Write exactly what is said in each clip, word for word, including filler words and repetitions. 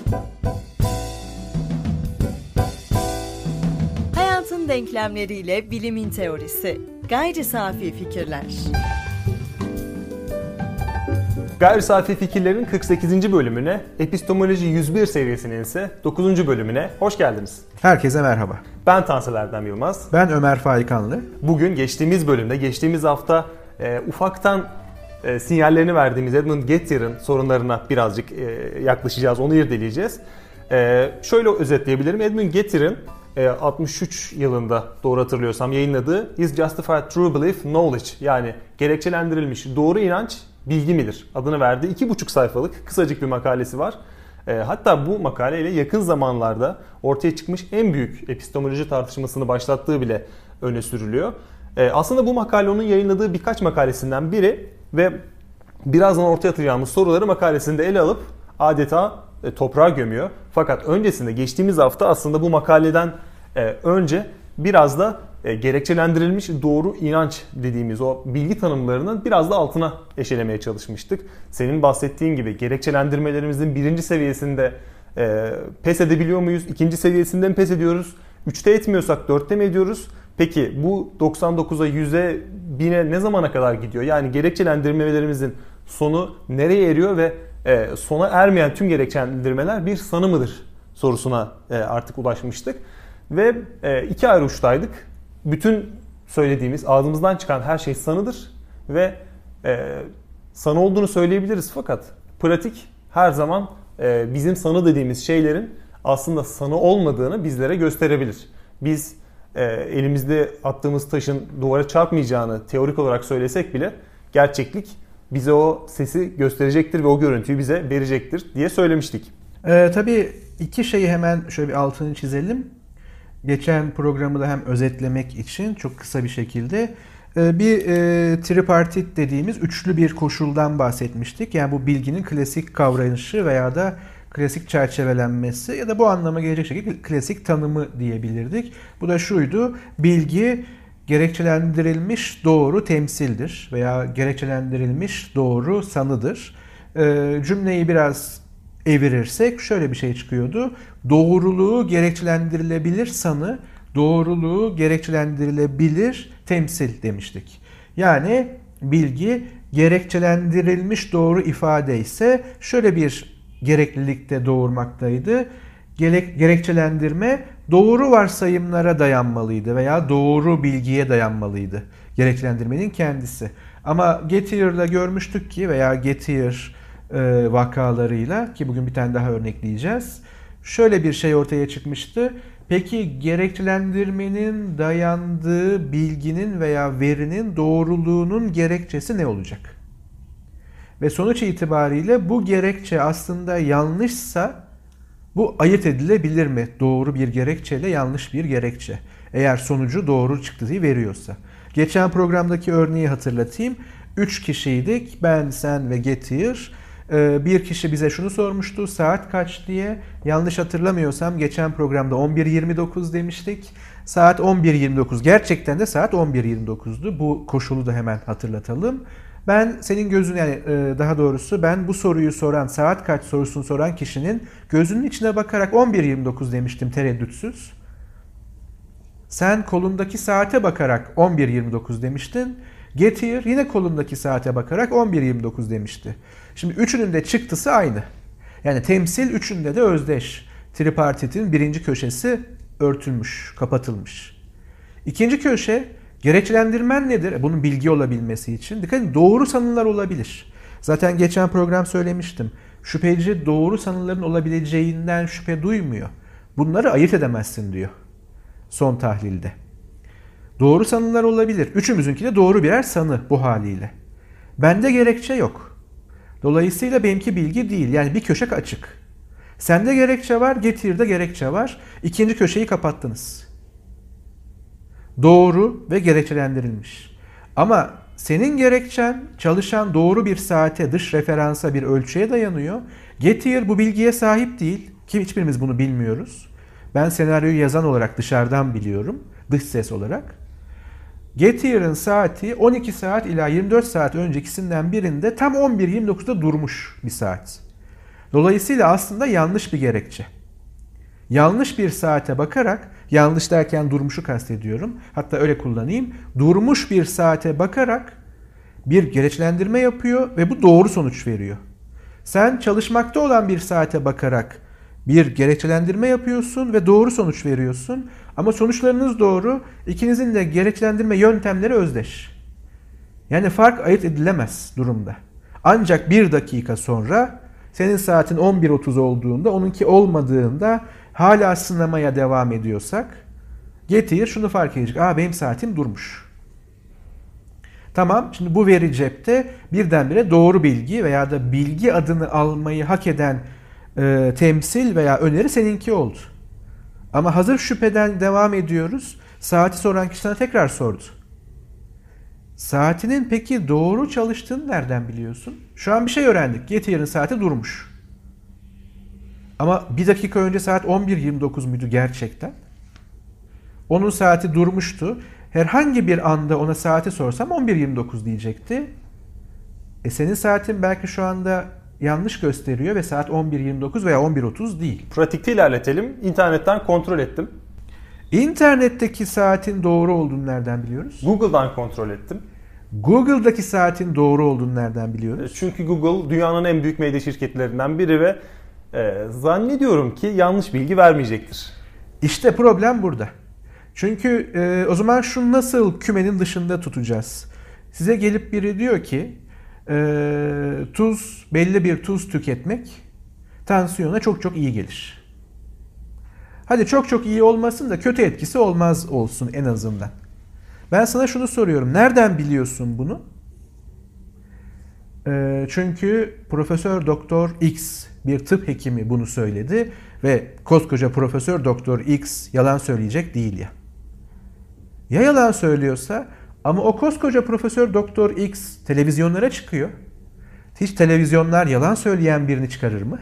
Hayatın denklemleriyle bilimin teorisi. Gayri safi fikirler. Gayri safi fikirlerin kırk sekizinci bölümüne, epistemoloji yüz bir seviyesinin ise dokuzuncu bölümüne hoş geldiniz. Herkese merhaba. Ben Tansel Erdem Yılmaz. Ben Ömer Faikanlı. Bugün geçtiğimiz bölümde, geçtiğimiz hafta e, ufaktan e, sinyallerini verdiğimiz Edmund Getier'in sorunlarına birazcık e, yaklaşacağız, onu irdeleyeceğiz. E, şöyle özetleyebilirim. Edmund Getier'in e, altmış üç yılında doğru hatırlıyorsam yayınladığı Is Justified True Belief Knowledge, yani gerekçelendirilmiş doğru inanç bilgi midir adını verdiği iki buçuk sayfalık kısacık bir makalesi var. E, hatta bu makaleyle yakın zamanlarda ortaya çıkmış en büyük epistemoloji tartışmasını başlattığı bile öne sürülüyor. E, aslında bu makale onun yayınladığı birkaç makalesinden biri ve birazdan ortaya atacağımız soruları makalesinde ele alıp adeta e, toprağa gömüyor. Fakat öncesinde geçtiğimiz hafta aslında bu makaleden e, önce biraz da e, gerekçelendirilmiş doğru inanç dediğimiz o bilgi tanımlarının biraz da altına eşelemeye çalışmıştık. Senin bahsettiğin gibi gerekçelendirmelerimizin birinci seviyesinde e, pes edebiliyor muyuz? İkinci seviyesinde mi pes ediyoruz? Üçte etmiyorsak dörtte mi ediyoruz? Peki bu doksan dokuza, yüze, bine ne zamana kadar gidiyor? Yani gerekçelendirmelerimizin sonu nereye eriyor ve e, sona ermeyen tüm gerekçelendirmeler bir sanı mıdır sorusuna e, artık ulaşmıştık. Ve e, iki ayrı uçtaydık. Bütün söylediğimiz, ağzımızdan çıkan her şey sanıdır ve e, sanı olduğunu söyleyebiliriz, fakat pratik her zaman e, bizim sanı dediğimiz şeylerin aslında sanı olmadığını bizlere gösterebilir. Biz e, elimizde attığımız taşın duvara çarpmayacağını teorik olarak söylesek bile gerçeklik bize o sesi gösterecektir ve o görüntüyü bize verecektir diye söylemiştik. Ee, tabii iki şeyi hemen şöyle bir altını çizelim. Geçen programı da hem özetlemek için çok kısa bir şekilde bir e, tripartit dediğimiz üçlü bir koşuldan bahsetmiştik. Yani bu bilginin klasik kavrayışı veya da klasik çerçevelenmesi ya da bu anlama gelecek şekilde klasik tanımı diyebilirdik. Bu da şuydu: bilgi gerekçelendirilmiş doğru temsildir veya gerekçelendirilmiş doğru sanıdır. E, cümleyi biraz evirirsek şöyle bir şey çıkıyordu: doğruluğu gerekçelendirilebilir sanı, doğruluğu gerekçelendirilebilir temsil demiştik. Yani bilgi gerekçelendirilmiş doğru ifade ise şöyle bir gereklilikte doğurmaktaydı: Gerek, gerekçelendirme doğru varsayımlara dayanmalıydı veya doğru bilgiye dayanmalıydı gerekçelendirmenin kendisi. Ama Getier'la görmüştük ki veya Gettier e, vakalarıyla, ki bugün bir tane daha örnekleyeceğiz, şöyle bir şey ortaya çıkmıştı. Peki gerekçelendirmenin dayandığı bilginin veya verinin doğruluğunun gerekçesi ne olacak? Ve sonuç itibariyle bu gerekçe aslında yanlışsa bu ayırt edilebilir mi? Doğru bir gerekçeyle yanlış bir gerekçe. Eğer sonucu doğru çıktığı veriyorsa. Geçen programdaki örneği hatırlatayım. Üç kişiydik. Ben, sen ve Gettier. Bir kişi bize şunu sormuştu: saat kaç diye. Yanlış hatırlamıyorsam geçen programda on bir yirmi dokuz demiştik. Saat on bir yirmi dokuz. Gerçekten de saat on bir yirmi dokuzdu. Bu koşulu da hemen hatırlatalım. Ben senin gözün, yani daha doğrusu ben bu soruyu soran, saat kaç sorusunu soran kişinin gözünün içine bakarak on bir yirmi dokuz demiştim tereddütsüz. Sen kolundaki saate bakarak on bir yirmi dokuz demiştin. Gettier yine kolundaki saate bakarak on bir yirmi dokuz demişti. Şimdi üçünün de çıktısı aynı. Yani temsil üçünde de özdeş. Tripartitin birinci köşesi örtülmüş, kapatılmış. İkinci köşe, gerekçelendirmen nedir? Bunun bilgi olabilmesi için. Dikkat edin, doğru sanılar olabilir. Zaten geçen program söylemiştim. Şüpheci doğru sanıların olabileceğinden şüphe duymuyor. Bunları ayırt edemezsin diyor son tahlilde. Doğru sanılar olabilir. Üçümüzünki de doğru birer sanı bu haliyle. Bende gerekçe yok. Dolayısıyla benimki bilgi değil. Yani bir köşe açık. Sende gerekçe var, Gettier'de gerekçe var. İkinci köşeyi kapattınız. Doğru ve gerekçelendirilmiş. Ama senin gerekçen çalışan doğru bir saate, dış referansa, bir ölçüye dayanıyor. Gettier bu bilgiye sahip değil. Ki hiçbirimiz bunu bilmiyoruz. Ben senaryoyu yazan olarak dışarıdan biliyorum. Dış ses olarak. Gettier'in saati on iki saat ila yirmi dört saat öncekisinden birinde tam on bir yirmi dokuzda durmuş bir saat. Dolayısıyla aslında yanlış bir gerekçe. Yanlış bir saate bakarak, yanlış derken durmuşu kastediyorum, hatta öyle kullanayım, durmuş bir saate bakarak bir gereçlendirme yapıyor ve bu doğru sonuç veriyor. Sen çalışmakta olan bir saate bakarak bir gerekçelendirme yapıyorsun ve doğru sonuç veriyorsun. Ama sonuçlarınız doğru, ikinizin de gerekçelendirme yöntemleri özdeş. Yani fark ayırt edilemez durumda. Ancak bir dakika sonra senin saatin on bir otuz olduğunda, onunki olmadığında hala sınamaya devam ediyorsak Gettier şunu fark edecek. Aa, benim saatim durmuş. Tamam, şimdi bu veri cepte, birdenbire doğru bilgi veya da bilgi adını almayı hak eden e, temsil veya öneri seninki oldu. Ama hazır şüpheden devam ediyoruz. Saati soran kişi sana tekrar sordu. Saatinin peki doğru çalıştığını nereden biliyorsun? Şu an bir şey öğrendik. Gettier'in saati durmuş. Ama bir dakika önce saat on bir yirmi dokuz muydu gerçekten? Onun saati durmuştu. Herhangi bir anda ona saati sorsam on bir yirmi dokuz diyecekti. E senin saatin belki şu anda yanlış gösteriyor ve saat on bir yirmi dokuz veya on bir otuz değil. Pratikte ilerletelim. İnternetten kontrol ettim. İnternetteki saatin doğru olduğunu nereden biliyoruz? Google'dan kontrol ettim. Google'daki saatin doğru olduğunu nereden biliyoruz? Çünkü Google dünyanın en büyük medya şirketlerinden biri ve e, zannediyorum ki yanlış bilgi vermeyecektir. İşte problem burada. Çünkü e, o zaman şunu nasıl kümenin dışında tutacağız? Size gelip biri diyor ki e, tuz, belli bir tuz tüketmek tansiyona çok çok iyi gelir. Hadi çok çok iyi olmasın da kötü etkisi olmaz olsun en azından. Ben sana şunu soruyorum. Nereden biliyorsun bunu? E, çünkü Profesör Doktor X bir tıp hekimi bunu söyledi ve koskoca Profesör Doktor X yalan söyleyecek değil ya. Ya yalan söylüyorsa, ama o koskoca Profesör Doktor X televizyonlara çıkıyor. Hiç televizyonlar yalan söyleyen birini çıkarır mı?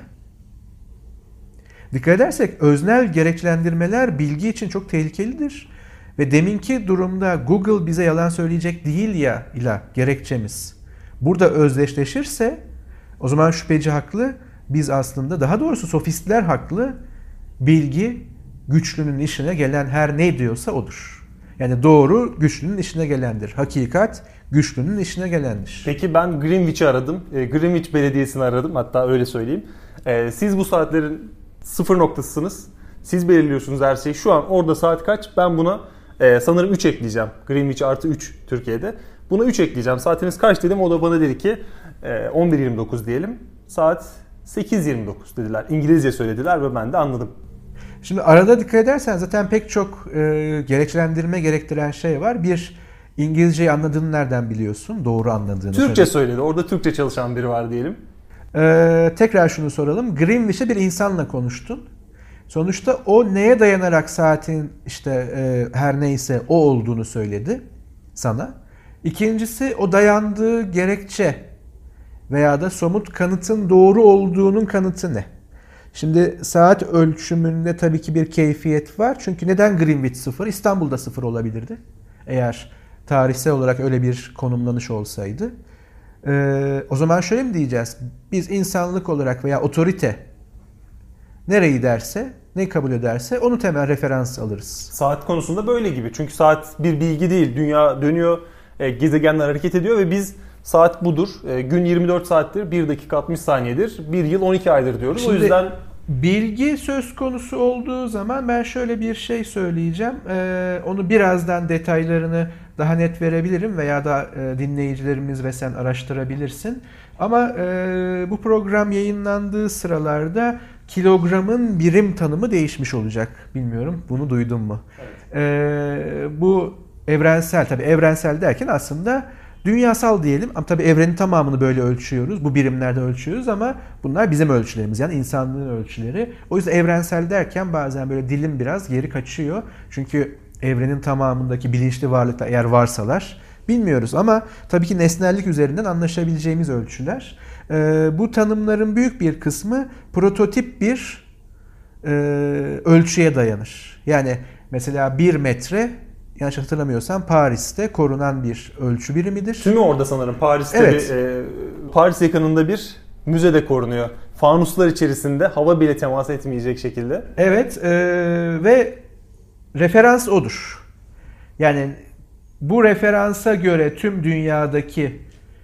Dikkat edersek öznel gerekçelendirmeler bilgi için çok tehlikelidir. Ve deminki durumda Google bize yalan söyleyecek değil ya ile gerekçemiz burada özdeşleşirse o zaman şüpheci haklı, biz aslında daha doğrusu sofistler haklı, bilgi güçlünün işine gelen her ne diyorsa odur. Yani doğru güçlünün işine gelendir. Hakikat güçlünün işine gelendir. Peki ben Greenwich'i aradım. E, Greenwich Belediyesi'ni aradım. Hatta öyle söyleyeyim. E, siz bu saatlerin sıfır noktasısınız. Siz belirliyorsunuz her şeyi. Şu an orada saat kaç? Ben buna e, sanırım üç ekleyeceğim. Greenwich artı üç Türkiye'de. Buna üç ekleyeceğim. Saatiniz kaç dedim. O da bana dedi ki e, on bir yirmi dokuz diyelim. Saat sekiz yirmi dokuz dediler. İngilizce söylediler ve ben de anladım. Şimdi arada dikkat edersen zaten pek çok e, gerekçelendirme gerektiren şey var. Bir, İngilizceyi anladığını nereden biliyorsun? Doğru anladığını. Türkçe tabii. söyledi. Orada Türkçe çalışan biri var diyelim. E, tekrar şunu soralım. Greenwich'e bir insanla konuştun. Sonuçta o neye dayanarak saatin işte e, her neyse o olduğunu söyledi sana. İkincisi, o dayandığı gerekçe veya da somut kanıtın doğru olduğunun kanıtı ne? Şimdi saat ölçümünde tabii ki bir keyfiyet var. Çünkü neden Greenwich sıfır? İstanbul'da sıfır olabilirdi. Eğer tarihsel olarak öyle bir konumlanış olsaydı. Ee, o zaman şöyle mi diyeceğiz? Biz insanlık olarak veya otorite nereyi derse, neyi kabul ederse onu temel referans alırız. Saat konusunda böyle gibi. Çünkü saat bir bilgi değil. Dünya dönüyor, e, gezegenler hareket ediyor ve biz saat budur. E, gün yirmi dört saattir, bir dakika altmış saniyedir, bir yıl on iki aydır diyoruz. Şimdi, o yüzden bilgi söz konusu olduğu zaman ben şöyle bir şey söyleyeceğim. Ee, onu birazdan detaylarını daha net verebilirim veya da e, dinleyicilerimiz ve sen araştırabilirsin. Ama e, bu program yayınlandığı sıralarda kilogramın birim tanımı değişmiş olacak. Bilmiyorum, bunu duydun mu? Evet. Ee, bu evrensel, tabii evrensel derken aslında dünyasal diyelim, ama tabii evrenin tamamını böyle ölçüyoruz. Bu birimlerde ölçüyoruz ama bunlar bizim ölçülerimiz, yani insanlığın ölçüleri. O yüzden evrensel derken bazen böyle dilim biraz geri kaçıyor. Çünkü evrenin tamamındaki bilinçli varlıklar eğer varsalar bilmiyoruz ama tabii ki nesnellik üzerinden anlaşabileceğimiz ölçüler. Ee, bu tanımların büyük bir kısmı prototip bir e, ölçüye dayanır. Yani mesela bir metre, yanlış hatırlamıyorsam Paris'te korunan bir ölçü birimidir. tümü orada sanırım. Paris'te Evet. bir, e, Paris yakınında bir müzede korunuyor. Fanuslar içerisinde hava bile temas etmeyecek şekilde. Evet e, ve referans odur. Yani bu referansa göre tüm dünyadaki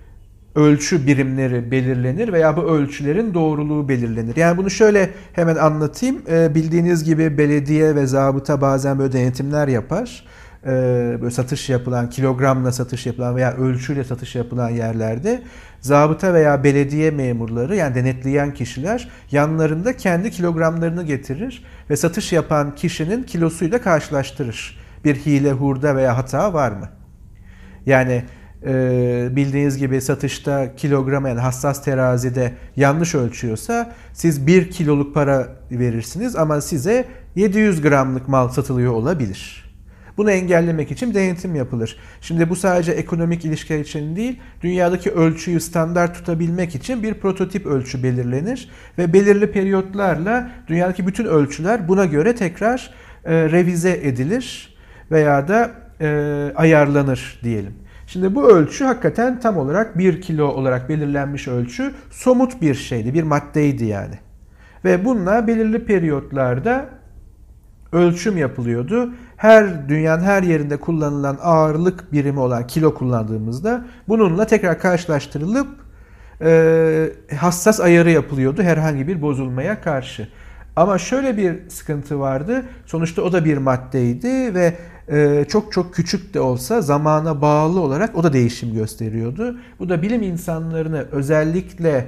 ölçü birimleri belirlenir veya bu ölçülerin doğruluğu belirlenir. Yani bunu şöyle hemen anlatayım. E, bildiğiniz gibi belediye ve zabıta bazen böyle denetimler yapar. E, böyle satış yapılan, kilogramla satış yapılan veya ölçüyle satış yapılan yerlerde zabıta veya belediye memurları, yani denetleyen kişiler yanlarında kendi kilogramlarını getirir ve satış yapan kişinin kilosuyla karşılaştırır. Bir hile, hurda veya hata var mı? Yani e, bildiğiniz gibi satışta kilogram, yani hassas terazide yanlış ölçüyorsa siz bir kiloluk para verirsiniz ama size yedi yüz gramlık mal satılıyor olabilir. Bunu engellemek için denetim yapılır. Şimdi bu sadece ekonomik ilişkiler için değil, dünyadaki ölçüyü standart tutabilmek için bir prototip ölçü belirlenir ve belirli periyotlarla dünyadaki bütün ölçüler buna göre tekrar e, revize edilir veya da e, ayarlanır diyelim. Şimdi bu ölçü hakikaten tam olarak bir kilo olarak belirlenmiş ölçü somut bir şeydi, bir maddeydi yani. Ve bununla belirli periyotlarda ölçüm yapılıyordu. Her dünyanın her yerinde kullanılan ağırlık birimi olan kilo kullandığımızda bununla tekrar karşılaştırılıp e, hassas ayarı yapılıyordu herhangi bir bozulmaya karşı. Ama şöyle bir sıkıntı vardı. Sonuçta o da bir maddeydi ve e, çok çok küçük de olsa zamana bağlı olarak o da değişim gösteriyordu. Bu da bilim insanlarını özellikle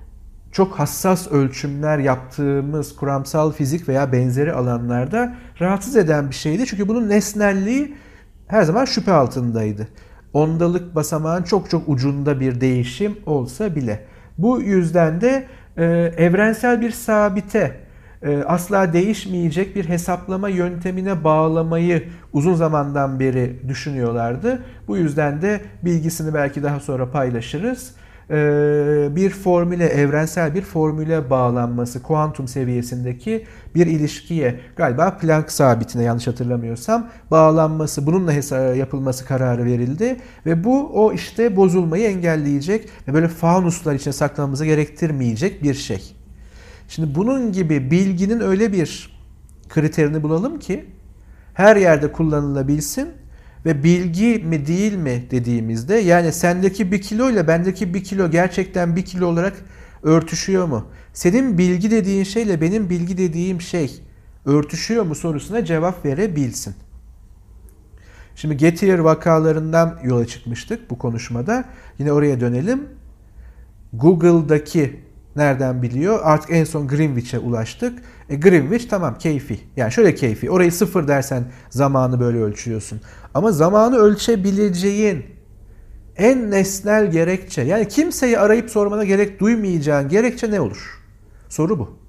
çok hassas ölçümler yaptığımız kuramsal fizik veya benzeri alanlarda rahatsız eden bir şeydi. Çünkü bunun nesnelliği her zaman şüphe altındaydı. Ondalık basamağın çok çok ucunda bir değişim olsa bile. Bu yüzden de e, evrensel bir sabite, e, asla değişmeyecek bir hesaplama yöntemine bağlamayı uzun zamandan beri düşünüyorlardı. Bu yüzden de bilgisini belki daha sonra paylaşırız. Bir formüle, evrensel bir formüle bağlanması, kuantum seviyesindeki bir ilişkiye, galiba Planck sabitine yanlış hatırlamıyorsam bağlanması, bununla yapılması kararı verildi ve bu o işte bozulmayı engelleyecek ve böyle fanuslar içine saklamamızı gerektirmeyecek bir şey. Şimdi bunun gibi bilginin öyle bir kriterini bulalım ki her yerde kullanılabilsin. Ve bilgi mi değil mi dediğimizde, yani sendeki bir kilo ile bendeki bir kilo gerçekten bir kilo olarak örtüşüyor mu? Senin bilgi dediğin şeyle benim bilgi dediğim şey örtüşüyor mu sorusuna cevap verebilsin. Şimdi Gettier vakalarından yola çıkmıştık bu konuşmada. Yine oraya dönelim. Google'daki nereden biliyor? Artık en son Greenwich'e ulaştık. E Greenwich tamam keyfi. Yani şöyle keyfi. Orayı sıfır dersen zamanı böyle ölçüyorsun. Ama zamanı ölçebileceğin en nesnel gerekçe, yani kimseyi arayıp sormana gerek duymayacağın gerekçe ne olur? Soru bu.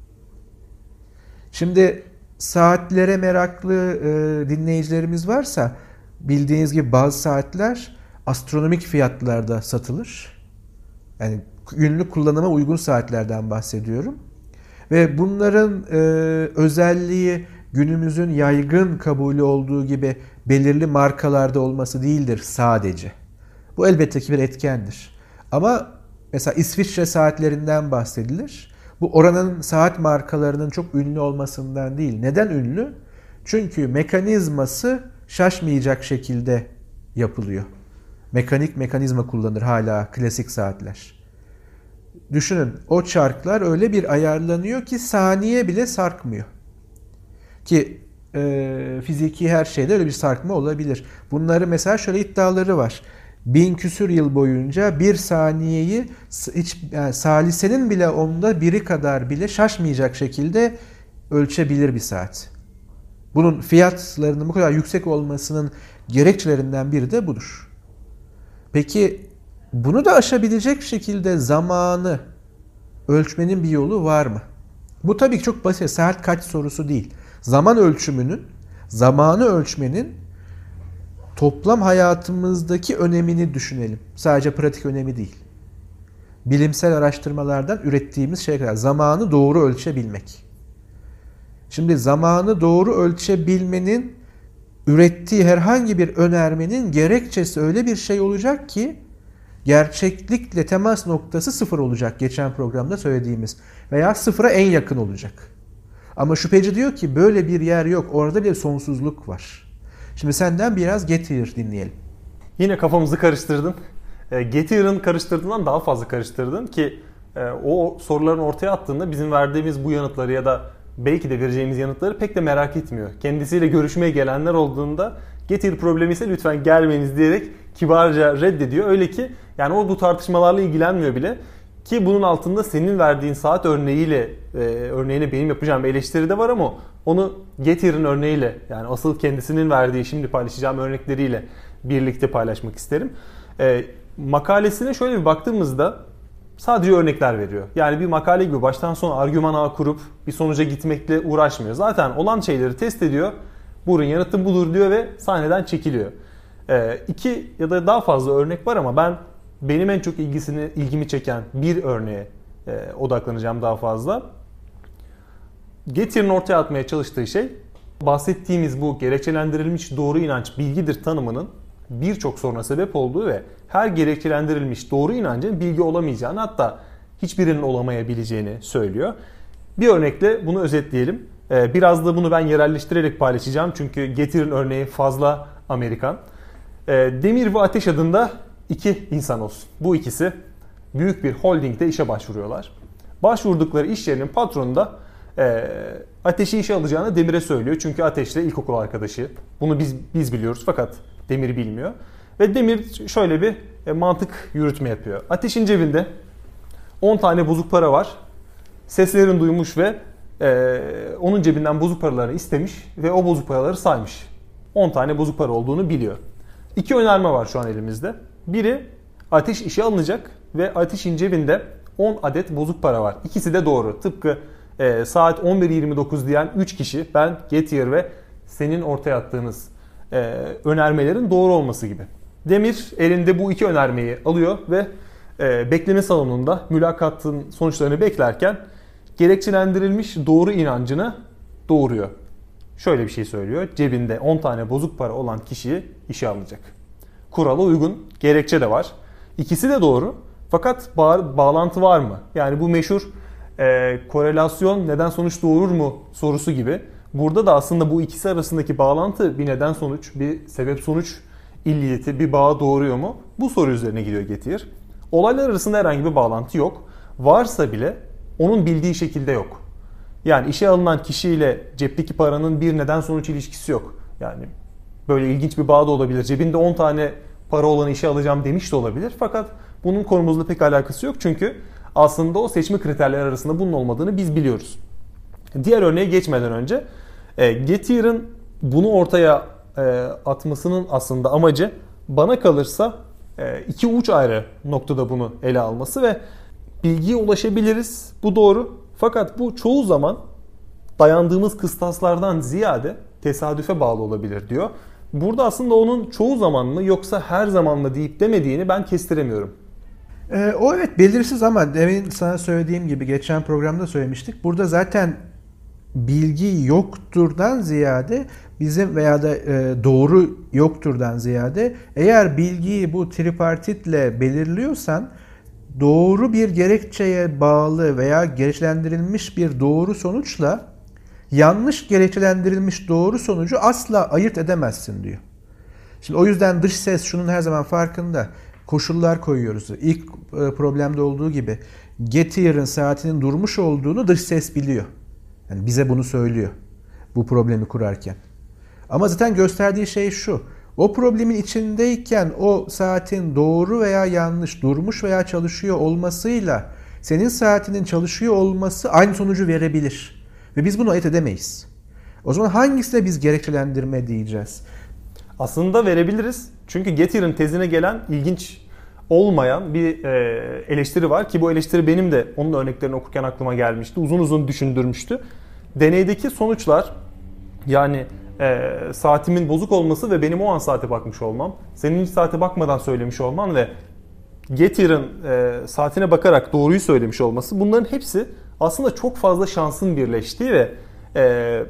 Şimdi saatlere meraklı e, dinleyicilerimiz varsa bildiğiniz gibi bazı saatler astronomik fiyatlarda satılır. Yani günlük kullanıma uygun saatlerden bahsediyorum. Ve bunların e, özelliği günümüzün yaygın kabulü olduğu gibi belirli markalarda olması değildir sadece. Bu elbette ki bir etkendir. Ama mesela İsviçre saatlerinden bahsedilir. Bu oranın saat markalarının çok ünlü olmasından değil. Neden ünlü? Çünkü mekanizması şaşmayacak şekilde yapılıyor. Mekanik mekanizma kullanır hala klasik saatler. Düşünün, o çarklar öyle bir ayarlanıyor ki saniye bile sarkmıyor. Ki e, fiziki her şeyde öyle bir sarkma olabilir. Bunları mesela şöyle iddiaları var. Bin küsür yıl boyunca bir saniyeyi hiç yani salisenin bile onda biri kadar bile şaşmayacak şekilde ölçebilir bir saat. Bunun fiyatlarının bu kadar yüksek olmasının gerekçelerinden biri de budur. Peki bunu da aşabilecek şekilde zamanı ölçmenin bir yolu var mı? Bu tabii ki çok basit. Saat kaç sorusu değil. Zaman ölçümünün, zamanı ölçmenin toplam hayatımızdaki önemini düşünelim. Sadece pratik önemi değil. Bilimsel araştırmalardan ürettiğimiz şeye kadar zamanı doğru ölçebilmek. Şimdi zamanı doğru ölçebilmenin ürettiği herhangi bir önermenin gerekçesi öyle bir şey olacak ki gerçeklikle temas noktası sıfır olacak geçen programda söylediğimiz. Veya sıfıra en yakın olacak. Ama şüpheci diyor ki böyle bir yer yok. Orada bir sonsuzluk var. Şimdi senden biraz Gettier dinleyelim. Yine kafamızı karıştırdın. E, Gettier'ın karıştırdığından daha fazla karıştırdın ki e, o soruların ortaya attığında bizim verdiğimiz bu yanıtları ya da belki de vereceğimiz yanıtları pek de merak etmiyor. Kendisiyle görüşmeye gelenler olduğunda Gettier problemi ise lütfen gelmeniz diyerek kibarca reddediyor. Öyle ki yani o bu tartışmalarla ilgilenmiyor bile. Ki bunun altında senin verdiğin saat örneğiyle e, örneğine benim yapacağım bir eleştiri de var ama onu Gettier'in örneğiyle yani asıl kendisinin verdiği şimdi paylaşacağım örnekleriyle birlikte paylaşmak isterim. E, makalesine şöyle bir baktığımızda sadece örnekler veriyor. Yani bir makale gibi baştan sona argüman ağı kurup bir sonuca gitmekle uğraşmıyor. Zaten olan şeyleri test ediyor. Burun yanıtım budur diyor ve sahneden çekiliyor. E, iki ya da daha fazla örnek var ama ben benim en çok ilgisini ilgimi çeken bir örneğe e, odaklanacağım daha fazla. Gettier'in ortaya atmaya çalıştığı şey bahsettiğimiz bu gerekçelendirilmiş doğru inanç bilgidir tanımının birçok soruna sebep olduğu ve her gerekçelendirilmiş doğru inancın bilgi olamayacağını hatta hiçbirinin olamayabileceğini söylüyor. Bir örnekle bunu özetleyelim. E, biraz da bunu ben yerelleştirerek paylaşacağım çünkü Gettier'in örneği fazla Amerikan. E, Demir ve Ateş adında İki insan olsun. Bu ikisi büyük bir holdingde işe başvuruyorlar. Başvurdukları iş yerinin patronu da e, Ateş'i işe alacağını Demir'e söylüyor. Çünkü Ateş'le ilkokul arkadaşı. Bunu biz biz biliyoruz fakat Demir bilmiyor. Ve Demir şöyle bir e, mantık yürütme yapıyor. Ateş'in cebinde on tane bozuk para var. Seslerini duymuş ve e, onun cebinden bozuk paralarını istemiş ve o bozuk paraları saymış. on tane bozuk para olduğunu biliyor. İki önerme var şu an elimizde. Biri Ateş işe alınacak ve Ateş'in cebinde on adet bozuk para var. İkisi de doğru. Tıpkı e, saat on bir yirmi dokuz diyen üç kişi ben, Gettier ve senin ortaya attığınız e, önermelerin doğru olması gibi. Demir elinde bu iki önermeyi alıyor ve e, bekleme salonunda mülakatın sonuçlarını beklerken gerekçelendirilmiş doğru inancını doğuruyor. Şöyle bir şey söylüyor. Cebinde on tane bozuk para olan kişiyi işe alınacak. Kurala uygun gerekçe de var. İkisi de doğru. Fakat ba- bağlantı var mı? Yani bu meşhur e, korelasyon neden sonuç doğurur mu sorusu gibi. Burada da aslında bu ikisi arasındaki bağlantı bir neden sonuç, bir sebep sonuç illiyeti, bir bağı doğuruyor mu? Bu soru üzerine gidiyor Gettier. Olaylar arasında herhangi bir bağlantı yok. Varsa bile onun bildiği şekilde yok. Yani işe alınan kişiyle cepteki paranın bir neden sonuç ilişkisi yok. Yani böyle ilginç bir bağ da olabilir. Cebinde on tane para olanı işe alacağım demiş de olabilir. Fakat bunun konumuzla pek alakası yok. Çünkü aslında o seçme kriterleri arasında bunun olmadığını biz biliyoruz. Diğer örneğe geçmeden önce Gettier'in bunu ortaya atmasının aslında amacı bana kalırsa iki uç ayrı noktada bunu ele alması ve bilgiye ulaşabiliriz. Bu doğru. Fakat bu çoğu zaman dayandığımız kıstaslardan ziyade tesadüfe bağlı olabilir diyor. Burada aslında onun çoğu zaman mı yoksa her zaman mı deyip demediğini ben kestiremiyorum. Ee, o evet belirsiz ama demin sana söylediğim gibi geçen programda söylemiştik. Burada zaten bilgi yokturdan ziyade bizim veya da e, doğru yokturdan ziyade eğer bilgiyi bu tripartitle belirliyorsan doğru bir gerekçeye bağlı veya gerekçelendirilmiş bir doğru sonuçla yanlış gerekçelendirilmiş doğru sonucu asla ayırt edemezsin diyor. Şimdi o yüzden dış ses şunun her zaman farkında. Koşullar koyuyoruz. İlk problemde olduğu gibi Gettier'in saatinin durmuş olduğunu dış ses biliyor. Yani bize bunu söylüyor bu problemi kurarken. Ama zaten gösterdiği şey şu. O problemin içindeyken o saatin doğru veya yanlış, durmuş veya çalışıyor olmasıyla senin saatinin çalışıyor olması aynı sonucu verebilir. Ve biz bunu ayırt edemeyiz. O zaman hangisine biz gerekçelendirme diyeceğiz? Aslında verebiliriz. Çünkü Gettier'in tezine gelen ilginç olmayan bir eleştiri var ki bu eleştiri benim de onun örneklerini okurken aklıma gelmişti. Uzun uzun düşündürmüştü. Deneydeki sonuçlar yani e, saatimin bozuk olması ve benim o an saate bakmış olmam, senin hiç saate bakmadan söylemiş olman ve Gettier'in e, saatine bakarak doğruyu söylemiş olması, bunların hepsi aslında çok fazla şansın birleştiği ve e,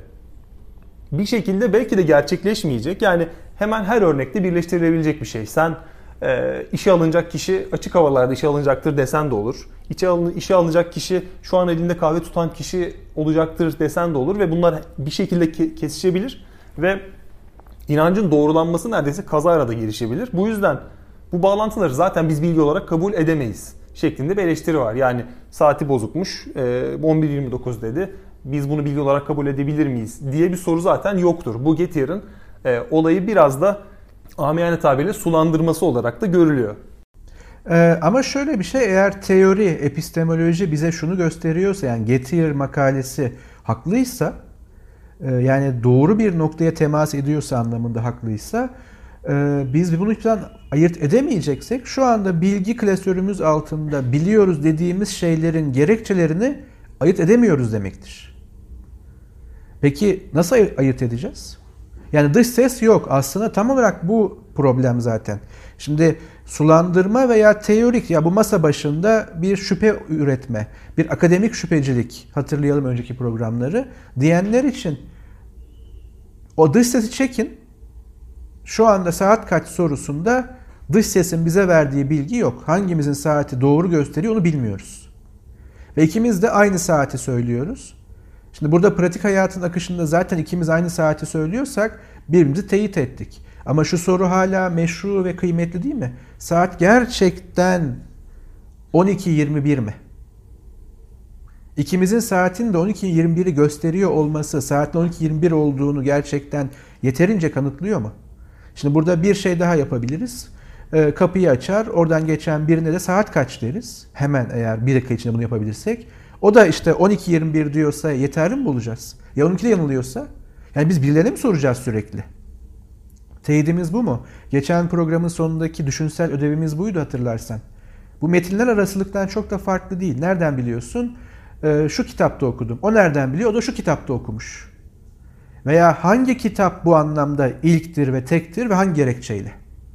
bir şekilde belki de gerçekleşmeyecek. Yani hemen her örnekte birleştirilebilecek bir şey. Sen e, işe alınacak kişi açık havalarda işe alınacaktır desen de olur. İşe, alın, işe alınacak kişi şu an elinde kahve tutan kişi olacaktır desen de olur ve bunlar bir şekilde ke- kesişebilir ve inancın doğrulanması neredeyse kazayla da gelişebilir. Bu yüzden bu bağlantıları zaten biz bilgi olarak kabul edemeyiz şeklinde bir eleştiri var. Yani saati bozukmuş, on bir yirmi dokuz dedi. Biz bunu bilgi olarak kabul edebilir miyiz diye bir soru zaten yoktur. Bu Getier'in e, olayı biraz da amiyane tabirle sulandırması olarak da görülüyor. Ee, ama şöyle bir şey, eğer teori, epistemoloji bize şunu gösteriyorsa, yani Gettier makalesi haklıysa, e, yani doğru bir noktaya temas ediyorsa anlamında haklıysa, e, biz bunu hiçbir zaman ayırt edemeyeceksek, şu anda bilgi klasörümüz altında biliyoruz dediğimiz şeylerin gerekçelerini ayırt edemiyoruz demektir. Peki nasıl ayırt edeceğiz? Yani dış ses yok. Aslında tam olarak bu problem zaten. Şimdi sulandırma veya teorik, ya bu masa başında bir şüphe üretme, bir akademik şüphecilik, hatırlayalım önceki programları, diyenler için o dış sesi çekin. Şu anda saat kaç sorusunda dış sesin bize verdiği bilgi yok. Hangimizin saati doğru gösteriyor onu bilmiyoruz. Ve ikimiz de aynı saati söylüyoruz. Şimdi burada pratik hayatın akışında zaten ikimiz aynı saati söylüyorsak birbirimizi teyit ettik. Ama şu soru hala meşru ve kıymetli değil mi? Saat gerçekten on iki yirmi bir mi? İkimizin saatin de on iki yirmi bir'i gösteriyor olması saatin on iki yirmi bir olduğunu gerçekten yeterince kanıtlıyor mu? Şimdi burada bir şey daha yapabiliriz. Ee, kapıyı açar, oradan geçen birine de saat kaç deriz? Hemen, eğer bir dakika içinde bunu yapabilirsek. O da işte on iki yirmi bir diyorsa yeterli mi bulacağız? Ya on ikide yanılıyorsa? Yani biz birilerine mi soracağız sürekli? Teyidimiz bu mu? Geçen programın sonundaki düşünsel ödevimiz buydu, hatırlarsan. Bu metinler arasılıktan çok da farklı değil. Nereden biliyorsun? Ee, şu kitapta okudum. O nereden biliyor? O da şu kitapta okumuş. Veya hangi kitap bu anlamda ilktir ve tektir ve hangi gerekçeyle?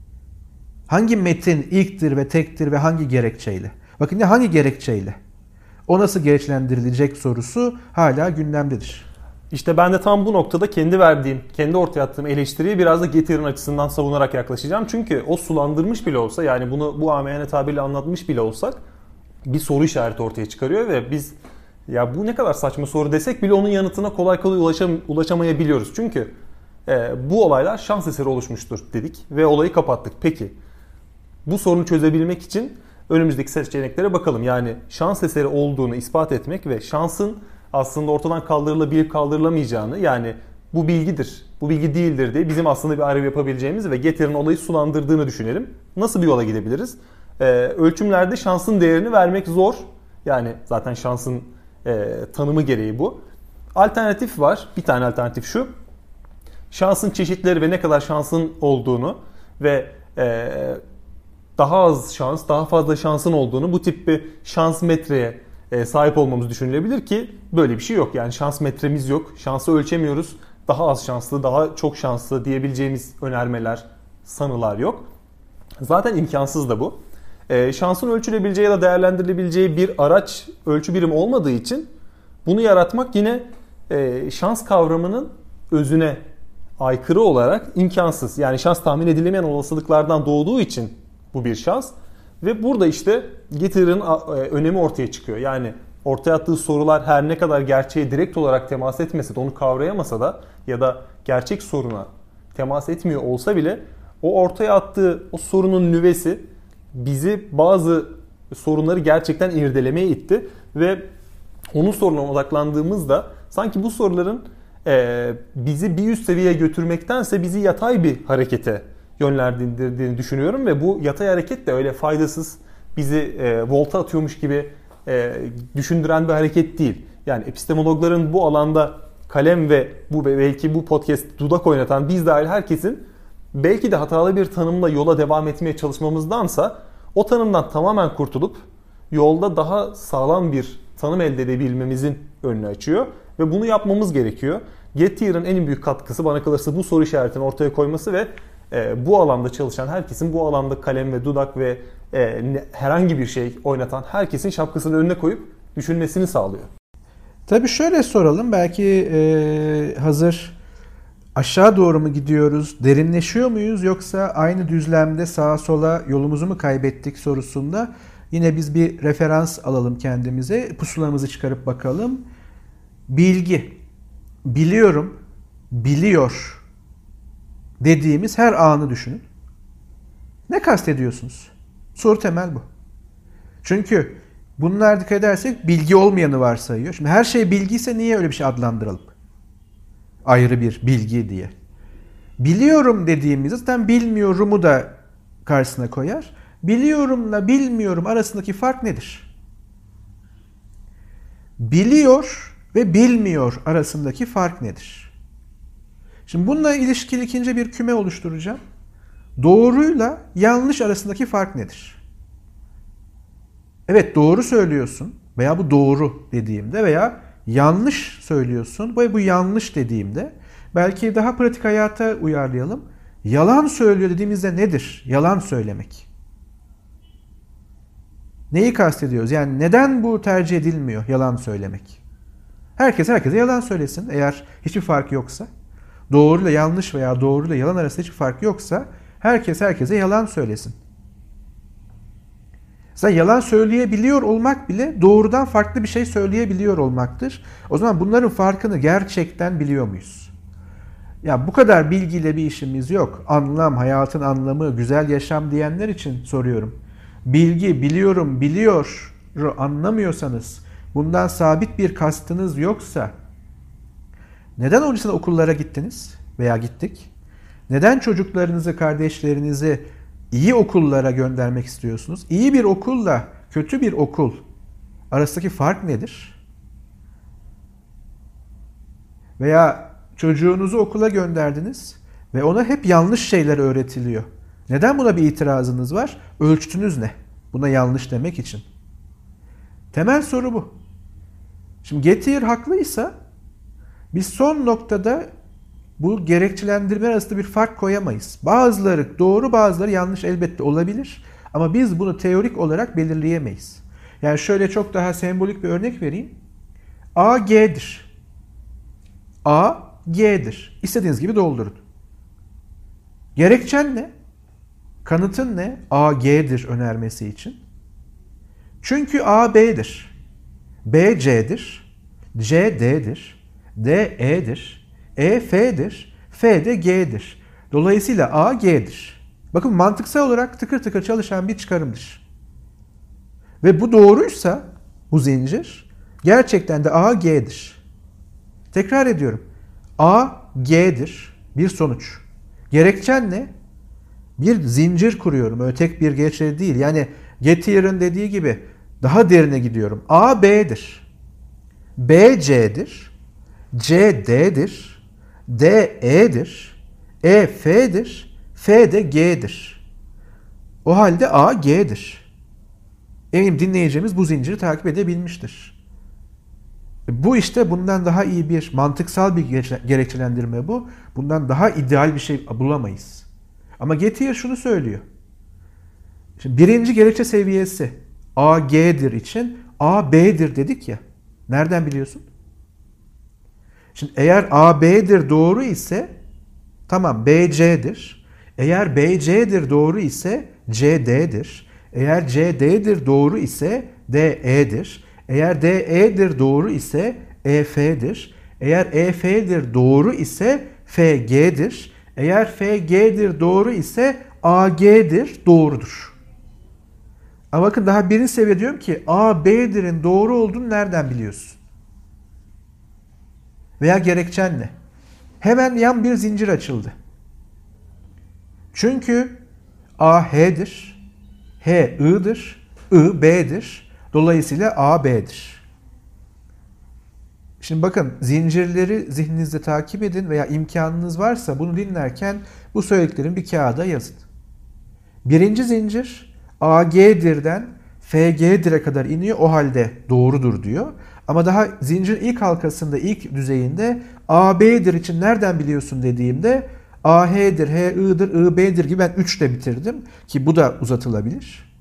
Hangi metin ilktir ve tektir ve hangi gerekçeyle? Bakın ya, hangi gerekçeyle? O nasıl gereçlendirilecek sorusu hala gündemdedir. İşte ben de tam bu noktada kendi verdiğim, kendi ortaya attığım eleştiriyi biraz da Getier'in açısından savunarak yaklaşacağım. Çünkü o sulandırmış bile olsa, yani bunu bu amiyane tabirle anlatmış bile olsak bir soru işareti ortaya çıkarıyor ve biz ya bu ne kadar saçma soru desek bile onun yanıtına kolay kolay ulaşam ulaşamayabiliyoruz. Çünkü e, bu olaylar şans eseri oluşmuştur dedik ve olayı kapattık. Peki bu sorunu çözebilmek için önümüzdeki seçeneklere bakalım. Yani şans eseri olduğunu ispat etmek ve şansın aslında ortadan kaldırılabilip kaldırılamayacağını, yani bu bilgidir, bu bilgi değildir diye bizim aslında bir ayrım yapabileceğimiz ve Getier'in olayı sulandırdığını düşünelim. Nasıl bir yola gidebiliriz? Ee, ölçümlerde şansın değerini vermek zor. Yani zaten şansın e, tanımı gereği bu. Alternatif var. Bir tane alternatif şu. Şansın çeşitleri ve ne kadar şansın olduğunu ve e, daha az şans, daha fazla şansın olduğunu, bu tip bir şans metreye sahip olmamız düşünülebilir ki böyle bir şey yok. Yani şans metremiz yok. Şansı ölçemiyoruz. Daha az şanslı, daha çok şanslı diyebileceğimiz önermeler, sanılar yok. Zaten imkansız da bu. E, şansın ölçülebileceği ya da değerlendirilebileceği bir araç, ölçü birimi olmadığı için bunu yaratmak yine e, şans kavramının özüne aykırı olarak imkansız. Yani şans tahmin edilemeyen olasılıklardan doğduğu için bu bir şans. Ve burada işte Getier'in önemi ortaya çıkıyor. Yani ortaya attığı sorular her ne kadar gerçeğe direkt olarak temas etmese de, onu kavrayamasa da ya da gerçek soruna temas etmiyor olsa bile o ortaya attığı o sorunun nüvesi bizi bazı sorunları gerçekten irdelemeye itti. Ve onun sorununa odaklandığımızda sanki bu soruların bizi bir üst seviyeye götürmektense bizi yatay bir harekete yönlendirdiğini düşünüyorum ve bu yatay hareket de öyle faydasız, bizi e, volta atıyormuş gibi e, düşündüren bir hareket değil. Yani epistemologların bu alanda kalem ve bu belki bu podcast dudak oynatan biz dahil herkesin belki de hatalı bir tanımla yola devam etmeye çalışmamızdansa o tanımdan tamamen kurtulup yolda daha sağlam bir tanım elde edebilmemizin önünü açıyor ve bunu yapmamız gerekiyor. Getier'in en büyük katkısı bana kalırsa bu soru işaretini ortaya koyması ve e, bu alanda çalışan herkesin, bu alanda kalem ve dudak ve e, ne, herhangi bir şey oynatan herkesin şapkasını önüne koyup düşünmesini sağlıyor. Tabii şöyle soralım, belki e, hazır aşağı doğru mu gidiyoruz, derinleşiyor muyuz yoksa aynı düzlemde sağa sola yolumuzu mu kaybettik sorusunda yine biz bir referans alalım kendimize, pusulamızı çıkarıp bakalım. Bilgi, biliyorum, biliyor dediğimiz her anı düşünün. Ne kastediyorsunuz? Soru temel bu. Çünkü bunlar dikkat edersek bilgi olmayanı varsayıyor. Şimdi her şey bilgiyse niye öyle bir şey adlandıralım? Ayrı bir bilgi diye. Biliyorum dediğimizde zaten bilmiyorumu da karşısına koyar. Biliyorumla bilmiyorum arasındaki fark nedir? Biliyor ve bilmiyor arasındaki fark nedir? Şimdi bununla ilişkili ikinci bir küme oluşturacağım. Doğruyla yanlış arasındaki fark nedir? Evet, doğru söylüyorsun veya bu doğru dediğimde veya yanlış söylüyorsun ve bu yanlış dediğimde belki daha pratik hayata uyarlayalım. Yalan söylüyor dediğimizde nedir? Yalan söylemek. Neyi kastediyoruz? Yani neden bu tercih edilmiyor yalan söylemek? Herkes herkese yalan söylesin eğer hiçbir fark yoksa. Doğruyla yanlış veya doğruyla yalan arasında hiçbir fark yoksa herkes herkese yalan söylesin. Zaten yalan söyleyebiliyor olmak bile doğrudan farklı bir şey söyleyebiliyor olmaktır. O zaman bunların farkını gerçekten biliyor muyuz? Ya bu kadar bilgiyle bir işimiz yok. Anlam, hayatın anlamı, güzel yaşam diyenler için soruyorum. Bilgi, biliyorum, biliyor anlamıyorsanız, bundan sabit bir kastınız yoksa neden onun için okullara gittiniz veya gittik? Neden çocuklarınızı, kardeşlerinizi iyi okullara göndermek istiyorsunuz? İyi bir okulla kötü bir okul arasındaki fark nedir? Veya çocuğunuzu okula gönderdiniz ve ona hep yanlış şeyler öğretiliyor. Neden buna bir itirazınız var? Ölçütünüz ne? Buna yanlış demek için. Temel soru bu. Şimdi Gettier haklıysa biz son noktada bu gerekçelendirme arasında bir fark koyamayız. Bazıları doğru, bazıları yanlış elbette olabilir. Ama biz bunu teorik olarak belirleyemeyiz. Yani şöyle çok daha sembolik bir örnek vereyim. A, G'dir. A, G'dir. İstediğiniz gibi doldurun. Gerekçen ne? Kanıtın ne? A, G'dir önermesi için. Çünkü A, B'dir. B, C'dir. C, D'dir. D, E'dir. E, F'dir. F de G'dir. Dolayısıyla A, G'dir. Bakın mantıksal olarak tıkır tıkır çalışan bir çıkarımdır. Ve bu doğruysa bu zincir gerçekten de A, G'dir. Tekrar ediyorum. A, G'dir. Bir sonuç. Gerekçen ne? Bir zincir kuruyorum. Öyle tek bir gerekçe değil. Yani Gettier'in dediği gibi daha derine gidiyorum. A, B'dir. B, C'dir. C, D'dir. D, E'dir. E, F'dir. F de G'dir. O halde A, G'dir. Eminim dinleyeceğimiz bu zinciri takip edebilmiştir. Bu işte bundan daha iyi bir mantıksal bir gerekçelendirme bu. Bundan daha ideal bir şey bulamayız. Ama Gettier şunu söylüyor. Şimdi birinci gerekçe seviyesi A, G'dir için A, B'dir dedik ya. Nereden biliyorsun? Şimdi eğer A, B'dir doğru ise tamam B, C'dir. Eğer B, C'dir doğru ise C, D'dir. Eğer C, D'dir doğru ise D, E'dir. Eğer D, E'dir doğru ise E, F'dir. Eğer E, F'dir doğru ise F, G'dir. Eğer F, G'dir doğru ise A, G'dir doğrudur. Ama bakın daha birinci seviye diyorum ki A, B'dir'in doğru olduğunu nereden biliyorsun? Veya gerekçen ne? Hemen yan bir zincir açıldı. Çünkü A, H'dir. H, I'dir. I, B'dir. Dolayısıyla A, B'dir. Şimdi bakın zincirleri zihninizde takip edin veya imkanınız varsa bunu dinlerken bu söylediklerin bir kağıda yazın. Birinci zincir A, G'dir'den F, G'dir'e kadar iniyor. O halde doğrudur diyor. Ama daha zincirin ilk halkasında, ilk düzeyinde A, B'dir için nereden biliyorsun dediğimde A, H'dir, H, I'dir, I, B'dir gibi ben üç ile bitirdim. Ki bu da uzatılabilir.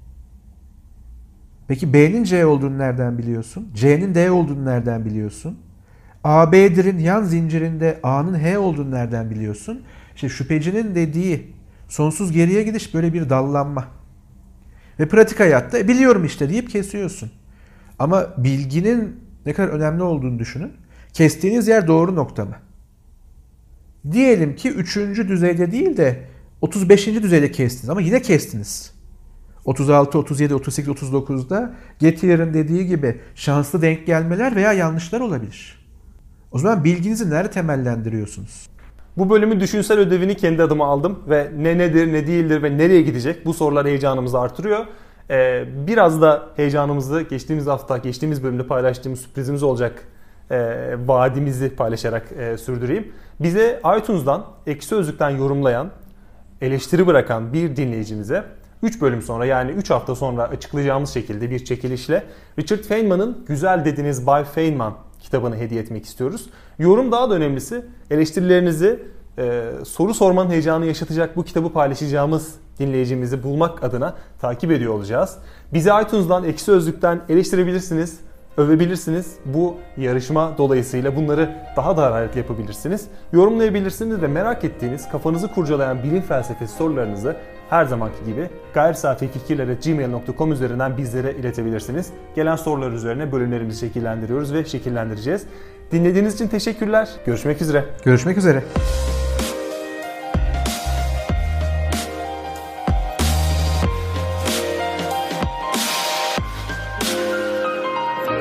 Peki B'nin C olduğunu nereden biliyorsun? C'nin D olduğunu nereden biliyorsun? A B'dirin yan zincirinde A'nın H olduğunu nereden biliyorsun? İşte şüphecinin dediği sonsuz geriye gidiş böyle bir dallanma. Ve pratik hayatta e, biliyorum işte deyip kesiyorsun. Ama bilginin ne kadar önemli olduğunu düşünün. Kestiğiniz yer doğru nokta mı? Diyelim ki üçüncü düzeyde değil de otuz beşinci düzeyde kestiniz ama yine kestiniz. otuz altı, otuz yedi, otuz sekiz, otuz dokuzda Getier'in dediği gibi şanslı denk gelmeler veya yanlışlar olabilir. O zaman bilginizi nerede temellendiriyorsunuz? Bu bölümün düşünsel ödevini kendi adıma aldım ve ne nedir, ne değildir ve nereye gidecek bu sorular heyecanımızı artırıyor. Ee, biraz da heyecanımızı geçtiğimiz hafta, geçtiğimiz bölümde paylaştığımız sürprizimiz olacak e, vaadimizi paylaşarak e, sürdüreyim. Bize iTunes'dan, Ekşi Sözlük'ten yorumlayan, eleştiri bırakan bir dinleyicimize üç bölüm sonra yani üç hafta sonra açıklayacağımız şekilde bir çekilişle Richard Feynman'ın Güzel Dediniz Bay Feynman kitabını hediye etmek istiyoruz. Yorum daha da önemlisi eleştirilerinizi e, soru sormanın heyecanı yaşatacak bu kitabı paylaşacağımız dinleyicimizi bulmak adına takip ediyor olacağız. Bizi iTunes'dan, Ekşi Sözlük'ten eleştirebilirsiniz, övebilirsiniz. Bu yarışma dolayısıyla bunları daha da hararetli yapabilirsiniz. Yorumlayabilirsiniz ve merak ettiğiniz, kafanızı kurcalayan bilim felsefesi sorularınızı her zamanki gibi gayrisafifikirler at gmail nokta com üzerinden bizlere iletebilirsiniz. Gelen sorular üzerine bölümlerimizi şekillendiriyoruz ve şekillendireceğiz. Dinlediğiniz için teşekkürler. Görüşmek üzere. Görüşmek üzere.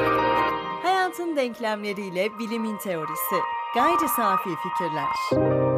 Hayatın denklemleriyle bilimin teorisi. Gayri safi fikirler.